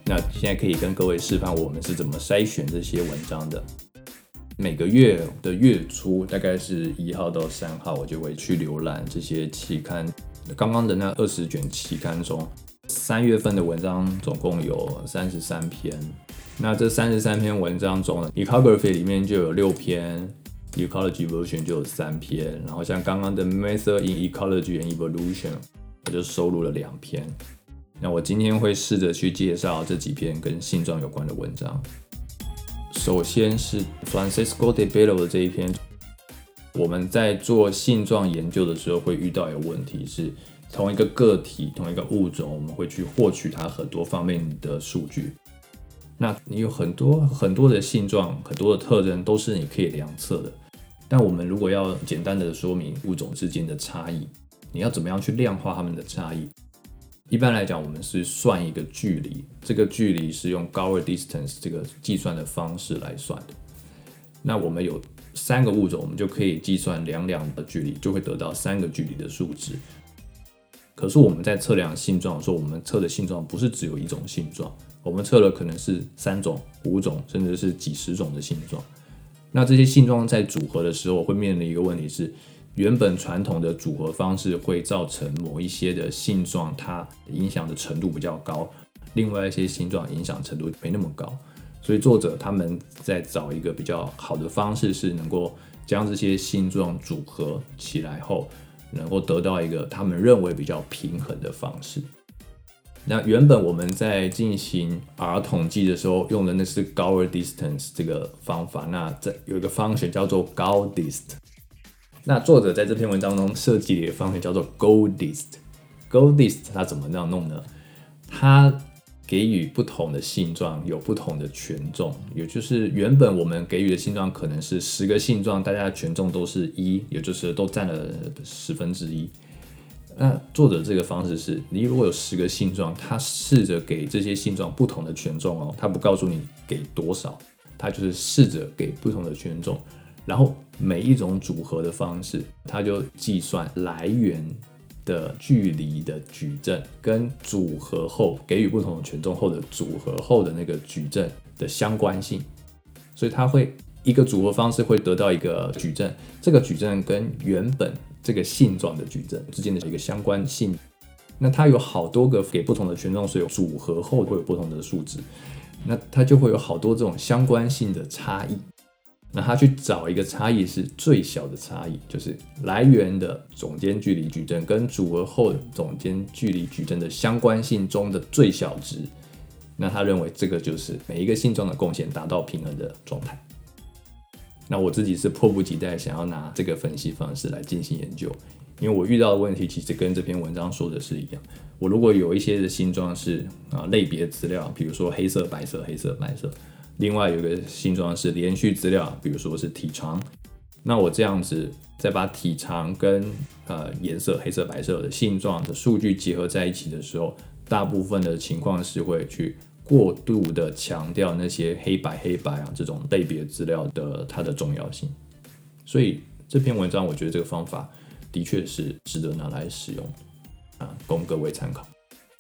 那现在可以跟各位示范我们是怎么筛选这些文章的。每个月的月初，大概是1号到3号，我就会去浏览这些期刊。刚刚的那20卷期刊中，3月份的文章总共有33篇。那这33篇文章中 ，Ecography 里面就有6篇 ，Ecology Version 就有3篇，然后像刚刚的 Method in Ecology and Evolution， 我就收录了2篇。那我今天会试着去介绍这几篇跟性状有关的文章。首先是 Francisco de Bello 的这一篇，我们在做性状研究的时候会遇到一个问题是，同一个个体、同一个物种，我们会去获取它很多方面的数据。那你有很多的性状、很多的特征都是你可以量测的，但我们如果要简单的说明物种之间的差异，你要怎么样去量化它们的差异？一般来讲，我们是算一个距离，这个距离是用 Gower distance 这个计算的方式来算的。那我们有3个物种，我们就可以计算2的距离，就会得到3个距离的数值。可是我们在测量性状的时候，我们测的性状不是只有一种性状，我们测了可能是3种、5种，甚至是几十种的性状。那这些性状在组合的时候，会面临一个问题是，原本传统的组合方式会造成某一些的性状它影响的程度比较高，另外一些性状影响程度没那么高。所以作者他们在找一个比较好的方式，是能够将这些性状组合起来后，能够得到一个他们认为比较平衡的方式。那原本我们在进行 R 统计的时候用的那是 Gower distance 这个方法，那有一个方选叫做 GAUDIST。那作者在这篇文章中设计了一个方选叫做 GAUDIST。GAUDIST 它怎么样弄呢？它给予不同的性状有不同的权重，也就是原本我们给予的性状可能是10个性状，大家的权重都是1，也就是都占了1/10。那作者这个方式是，你如果有10个性状，他试着给这些性状不同的权重哦，他不告诉你给多少，他就是试着给不同的权重，然后每一种组合的方式，他就计算来源的距离的矩阵跟组合后给予不同的权重后的组合后的那个矩阵的相关性，所以它会一个组合方式会得到一个矩阵，这个矩阵跟原本这个性状的矩阵之间的一个相关性。那它有好多个给不同的权重，所以组合后会有不同的数值，那它就会有好多这种相关性的差异。那他去找一个差异是最小的差异，就是来源的总间距离矩阵跟组合后总间距离矩阵的相关性中的最小值。那他认为这个就是每一个性状的贡献达到平衡的状态。那我自己是迫不及待想要拿这个分析方式来进行研究，因为我遇到的问题其实跟这篇文章说的是一样。我如果有一些的性状是类别资料，比如说黑色、白色、黑色、白色。另外有一个性状是连续资料，比如说是体长，那我这样子再把体长跟颜色黑色白色的性状的数据结合在一起的时候，大部分的情况是会去过度的强调那些黑白这种类别资料的它的重要性。所以这篇文章我觉得这个方法的确是值得拿来使用供各位参考。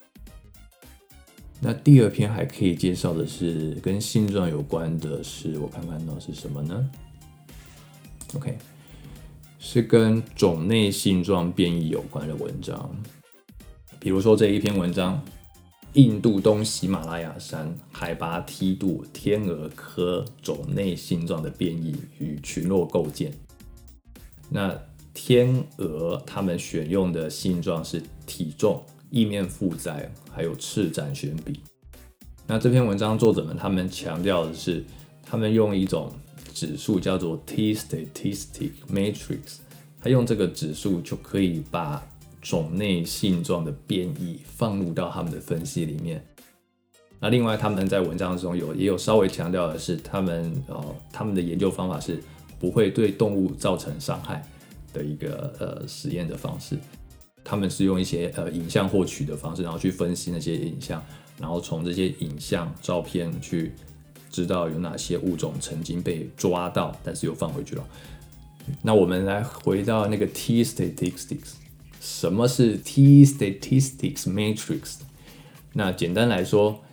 那第2篇还可以介绍的是跟性状有关的是，我看看到是什么呢 ？OK， 是跟种类性状变异有关的文章。比如说这一篇文章，印度东喜马拉雅山海拔梯度天鹅科种类性状的变异与群落构建。那天鹅它们选用的性状是体重、翼面负载还有翅展旋比。那这篇文章作者们他们强调的是，他们用一种指数叫做 T-statistic matrix， 他用这个指数就可以把种类性状的变异放入到他们的分析里面。那另外他们在文章中也有稍微强调的是，他们的研究方法是不会对动物造成伤害的一个实验的方式。他们是用一些影像获取的方式，然后去分析那些影像，然后从这些影像照片去知道有哪些物种曾经被抓到，但是又放回去了。那我们来回到那个 T-statistics， 什么是 T-statistics matrix？ 那简单来说，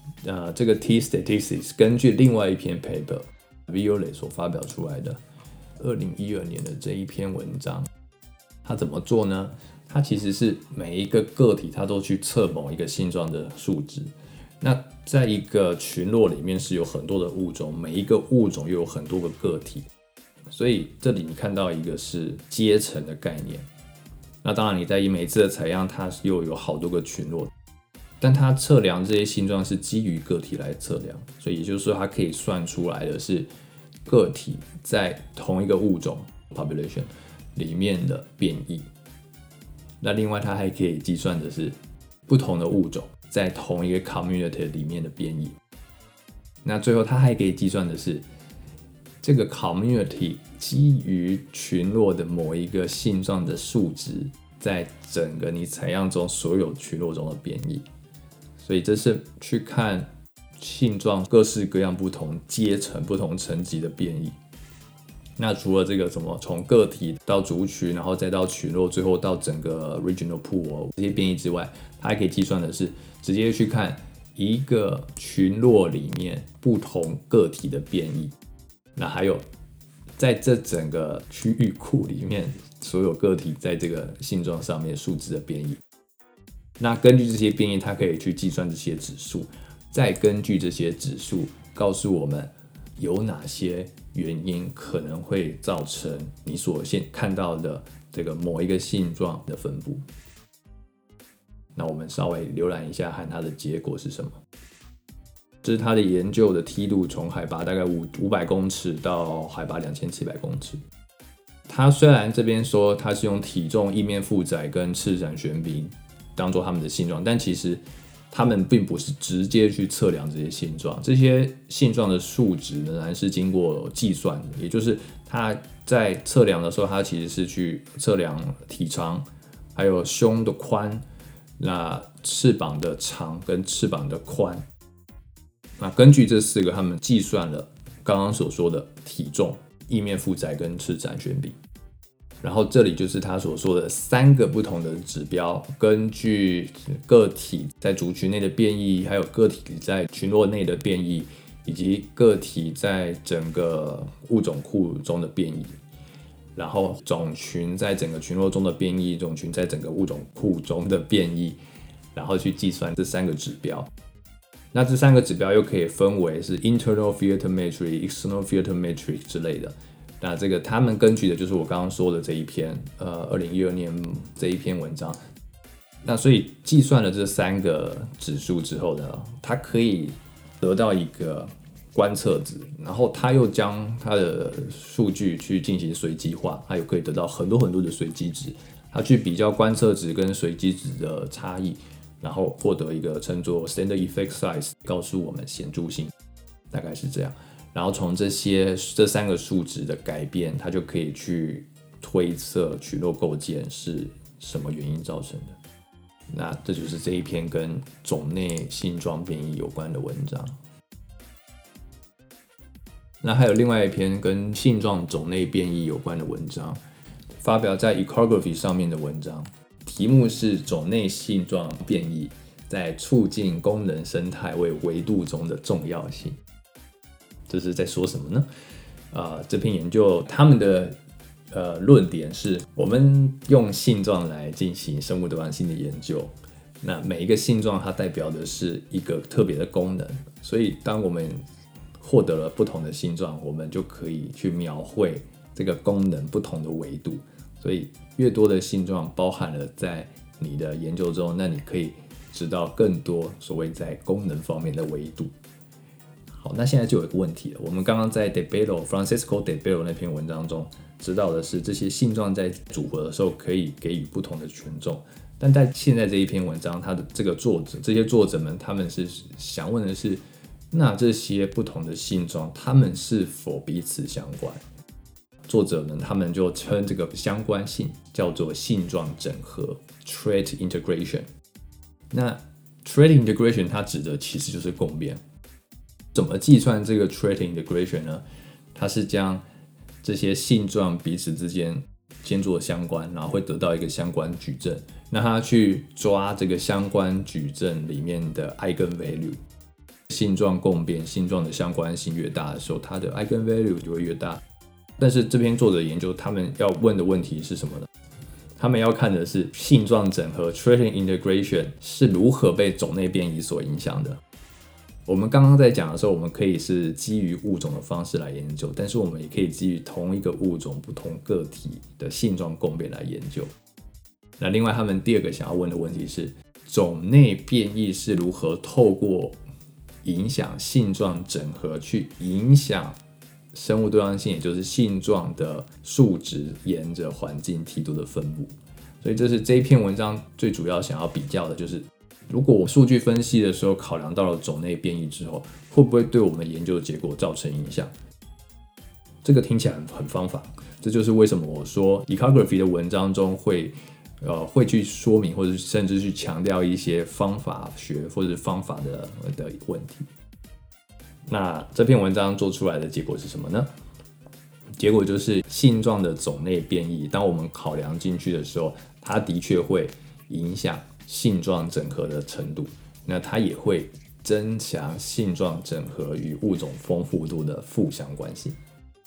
这个 T-Statistics 根据另外一篇 paper Violet 所发表出来的2012年的这一篇文章，它怎么做呢？它其实是每一个个体它都去测某一个性状的数值。那在一个群落里面是有很多的物种，每一个物种又有很多个个体，所以这里你看到一个是阶层的概念。那当然你在每次的采样它又有好多个群落，但它测量这些性状是基于个体来测量，所以也就是说它可以算出来的是个体在同一个物种 population 里面的变异。那另外它还可以计算的是不同的物种在同一个 community 里面的变异。那最后它还可以计算的是这个 community 基于群落的某一个性状的数值在整个你采样中所有群落中的变异。所以这是去看性状各式各样不同阶层不同层级的变异。那除了这个什么从个体到族群，然后再到群落，最后到整个 regional pool 这些变异之外，它还可以计算的是直接去看一个群落里面不同个体的变异。那还有在这整个区域库里面所有个体在这个性状上面数值的变异。那根据这些变异，它可以去计算这些指数，再根据这些指数告诉我们有哪些原因可能会造成你所现看到的这个某一个性状的分布。那我们稍微浏览一下和它的结果是什么。这是它的研究的梯度，从海拔大概500公尺到海拔2700公尺。它虽然这边说它是用体重、翼面负载跟赤展旋比当做他们的性状，但其实他们并不是直接去测量这些性状，这些性状的数值仍然是经过计算的，也就是它在测量的时候，它其实是去测量体长，还有胸的宽，那翅膀的长跟翅膀的宽。那根据这4个，他们计算了刚刚所说的体重、翼面负载跟赤展旋比。然后这里就是他所说的3个不同的指标，根据个体在族群内的变异，还有个体在群落内的变异，以及个体在整个物种库中的变异，然后种群在整个群落中的变异，种群在整个物种库中的变异，然后去计算这3个指标。那这3个指标又可以分为是 internal filter metric、external filter metric 之类的。那这个他们根据的就是我刚刚说的这一篇2012年这一篇文章。那所以计算了这3个指数之后呢，它可以得到一个观测值，然后它又将它的数据去进行随机化，它又可以得到很多很多的随机值，它去比较观测值跟随机值的差异，然后获得一个称作 standard effect size， 告诉我们显著性，大概是这样。然后从这3个数值的改变，它就可以去推测群落构建是什么原因造成的。那这就是这一篇跟种内性状变异有关的文章。那还有另外一篇跟性状种内变异有关的文章，发表在 Ecography 上面的文章，题目是种内性状变异在促进功能生态位维度中的重要性。这是在说什么呢？这篇研究他们的论点是，我们用性状来进行生物多样性的研究，那每一个性状它代表的是一个特别的功能，所以当我们获得了不同的性状，我们就可以去描绘这个功能不同的维度。所以越多的性状包含了在你的研究中，那你可以知道更多所谓在功能方面的维度。好，那现在就有一个问题了。我们刚刚在 Francisco De Bello 那篇文章中知道的是，这些性状在组合的时候可以给予不同的权重，但在现在这一篇文章，它的这些作者们，他们是想问的是，那这些不同的性状，他们是否彼此相关？作者们他们就称这个相关性叫做性状整合 （trait integration）。那 trait integration 它指的其实就是共变。怎么计算这个 trait integration 呢？它是将这些性状彼此之间先做相关，然后会得到一个相关矩阵。那它去抓这个相关矩阵里面的 eigenvalue， 性状共变、性状的相关性越大的时候，它的 eigenvalue 就会越大。但是这篇作者研究，他们要问的问题是什么呢？他们要看的是性状整合 trillion integration 是如何被种类变异所影响的。我们刚刚在讲的时候，我们可以是基于物种的方式来研究，但是我们也可以基于同一个物种不同个体的性状共变来研究。那另外他们第二个想要问的问题是，种内变异是如何透过影响性状整合去影响生物多样性，也就是性状的数值沿着环境梯度的分布。所以这是这一篇文章最主要想要比较的，就是如果我数据分析的时候考量到了种类变异之后，会不会对我们研究的结果造成影响？这个听起来很方法，这就是为什么我说 ecography 的文章中会去说明或者甚至去强调一些方法学或者方法的问题。那这篇文章做出来的结果是什么呢？结果就是性状的种类变异，当我们考量进去的时候，它的确会影响性状整合的程度，那它也会增强性状整合与物种丰富度的负相关性。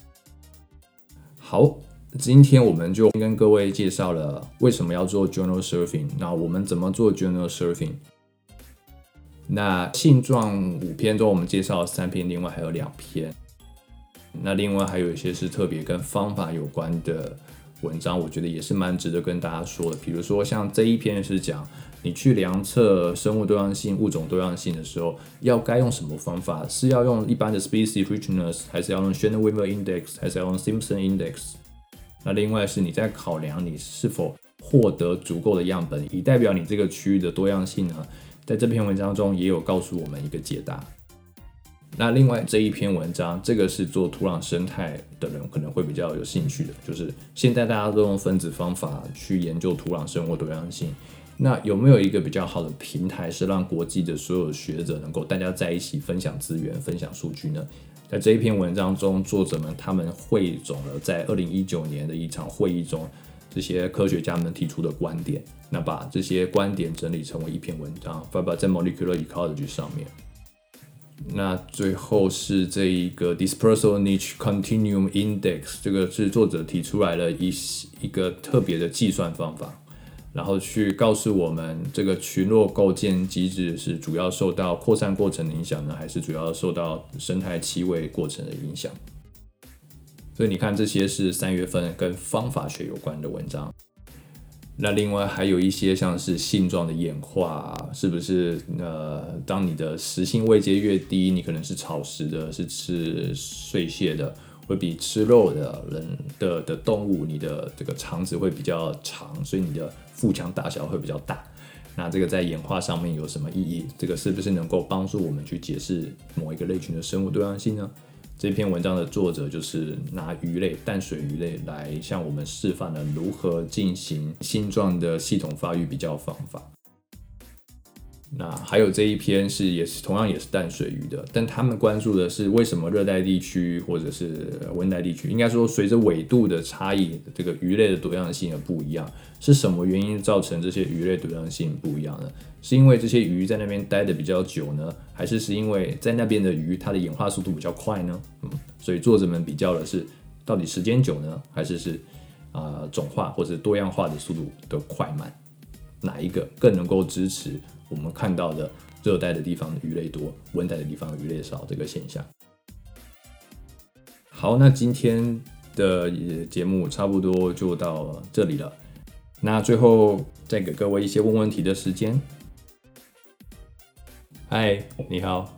好，今天我们就跟各位介绍了为什么要做 journal surfing， 那我们怎么做 journal surfing。那性状5篇中我们介绍了3篇，另外还有2篇。那另外还有一些是特别跟方法有关的文章，我觉得也是蛮值得跟大家说的。比如说像这一篇是讲你去量测生物多样性、物种多样性的时候，该用什么方法？是要用一般的 species richness， 还是要用 Shannon-Weaver Index， 还是要用 Simpson Index？ 那另外是你在考量你是否获得足够的样本，以代表你这个区域的多样性呢？在这篇文章中也有告诉我们一个解答。那另外这一篇文章，这个是做土壤生态的人可能会比较有兴趣的，就是现在大家都用分子方法去研究土壤生物多样性，那有没有一个比较好的平台是让国际的所有学者能够大家在一起分享资源、分享数据呢？在这一篇文章中，作者们他们汇总了在2019年的一场会议中这些科学家们提出的观点，那把这些观点整理成为一篇文章，发表在 Molecular Ecology 上面。那最后是这一个 Dispersal Niche Continuum Index， 这个是作者提出来的一个特别的计算方法，然后去告诉我们这个群落构建机制是主要受到扩散过程的影响呢，还是主要受到生态气味过程的影响。所以你看，这些是3月份跟方法学有关的文章。那另外还有一些像是性状的演化，是不是当你的食性位阶越低，你可能是草食的，是吃碎屑的，会比吃肉的人的动物，你的这个肠子会比较长，所以你的腹腔大小会比较大。那这个在演化上面有什么意义？这个是不是能够帮助我们去解释某一个类群的生物多样性呢？这篇文章的作者就是拿鱼类、淡水鱼类来向我们示范了如何进行性状的系统发育比较方法。那还有这一篇同样也是淡水鱼的，但他们关注的是为什么热带地区或者是温带地区，应该说随着纬度的差异，这个鱼类的多样性也不一样。是什么原因造成这些鱼类多样性不一样呢？是因为这些鱼在那边待的比较久呢，还是因为在那边的鱼它的演化速度比较快呢？所以作者们比较的是到底时间久呢，还是种化或者多样化的速度的快慢，哪一个更能够支持我们看到的热带的地方的鱼类多，温带的地方的鱼类少这个现象。好，那今天的节目差不多就到这里了。那最后再给各位一些问问题的时间。嗨，你好。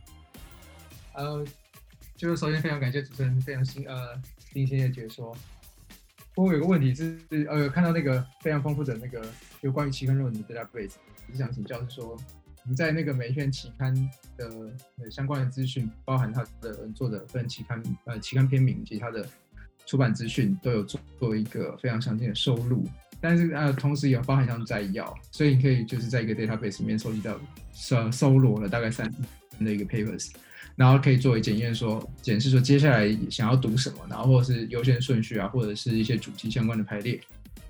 就是首先非常感谢主持人非常精心的解说。不过有个问题是，看到那个非常丰富的那个有关于期刊论文的 database， 是想请教是说，你在那个每一篇期刊的相关的资讯，包含它的做的分期刊篇名以及它的出版资讯，都有做一个非常详尽的收录。但是同时也包含像摘要，所以你可以就是在一个 database 里面收集到搜罗了大概3篇的一个 papers。然后可以作为检视说接下来想要读什么，然后或者是优先顺序啊，或者是一些主题相关的排列。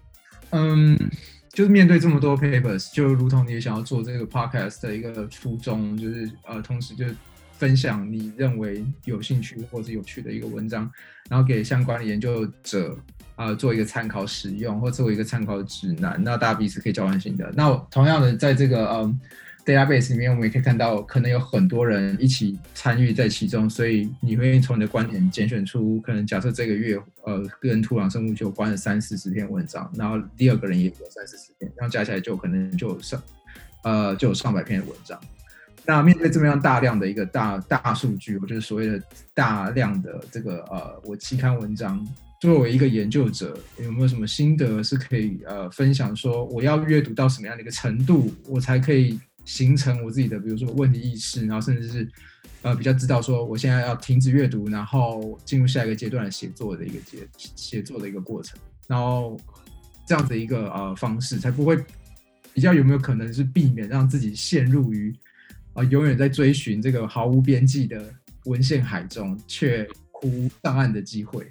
就是面对这么多 papers， 就如同你也想要做这个 podcast 的一个初衷，就是同时就分享你认为有兴趣或者有趣的一个文章，然后给相关的研究者做一个参考使用，或做一个参考指南，那大家彼此可以交换心得。那同样的，在这个database 里面，我们也可以看到，可能有很多人一起参与在其中，所以你会从你的观点拣选出，可能假设这个月跟土壤生物有关的30-40篇文章，然后第二个人也有30-40篇，这样加起来就可能就有上百篇的文章。那面对这么样大量的一个大数据，我就是所谓的大量的这个我期刊文章，作为一个研究者，有没有什么心得是可以分享？说我要阅读到什么样的一个程度，我才可以形成我自己的，比如说问题意识，然后甚至是比较知道说我现在要停止阅读，然后进入下一个阶段的写作的一个过程，然后这样的一个方式，才不会比较有没有可能是避免让自己陷入于永远在追寻这个毫无边际的文献海中，却无上岸的机会。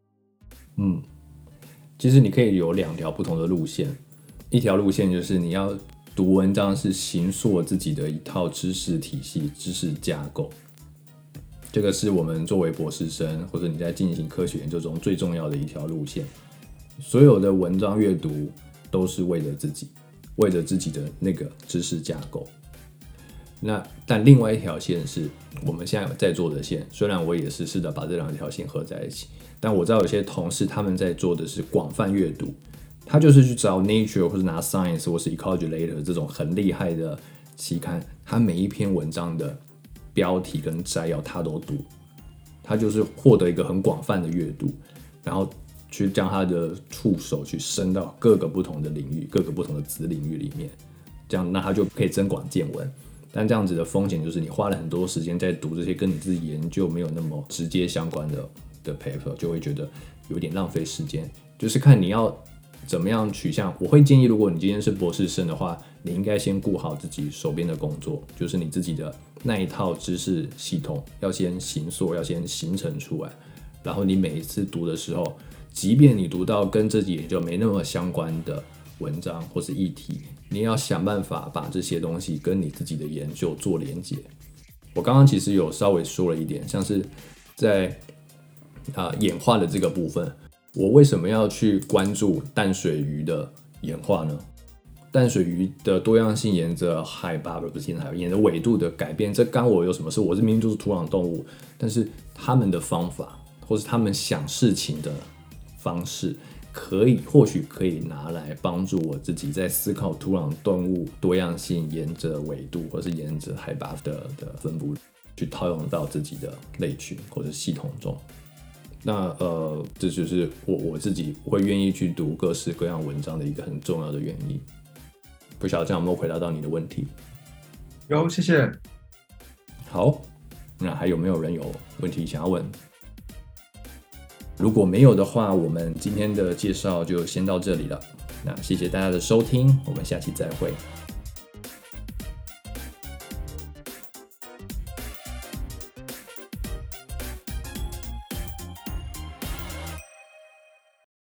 其实你可以有2条不同的路线，一条路线就是你要读文章是形塑自己的一套知识体系、知识架构，这个是我们作为博士生或者你在进行科学研究中最重要的一条路线。所有的文章阅读都是为了自己，为了自己的那个知识架构。但另外一条线是我们现在在做的线，虽然我也是试着把这2条线合在一起，但我知道有些同事他们在做的是广泛阅读，他就是去找 Nature 或者拿 Science 或是 Ecology Later 这种很厉害的期刊，他每一篇文章的标题跟摘要他都读，他就是获得一个很广泛的阅读，然后去将他的触手去伸到各个不同的领域、各个不同的子领域里面，这样那他就可以增广见闻。但这样子的风险就是你花了很多时间在读这些跟你自己研究没有那么直接相关的 paper， 就会觉得有点浪费时间。就是看你要怎么样取向。我会建议，如果你今天是博士生的话，你应该先顾好自己手边的工作，就是你自己的那一套知识系统要先形塑，要先形成出来。然后你每一次读的时候，即便你读到跟自己研究没那么相关的文章或是议题，你要想办法把这些东西跟你自己的研究做连结。我刚刚其实有稍微说了一点，像是在演化的这个部分，我为什么要去关注淡水鱼的演化呢？淡水鱼的多样性沿着海拔，不是沿着纬度的改变，这干我有什么事？我是明明就是土壤动物，但是他们的方法或是他们想事情的方式，或许可以拿来帮助我自己在思考土壤动物多样性沿着纬度或是沿着海拔的分布，去套用到自己的类群或者系统中。那这就是我自己会愿意去读各式各样文章的一个很重要的原因。不晓得这样有没有回答到你的问题？ 有，谢谢。 好，那还有没有人有问题想要问？如果没有的话，我们今天的介绍就先到这里了。那谢谢大家的收听，我们下期再会。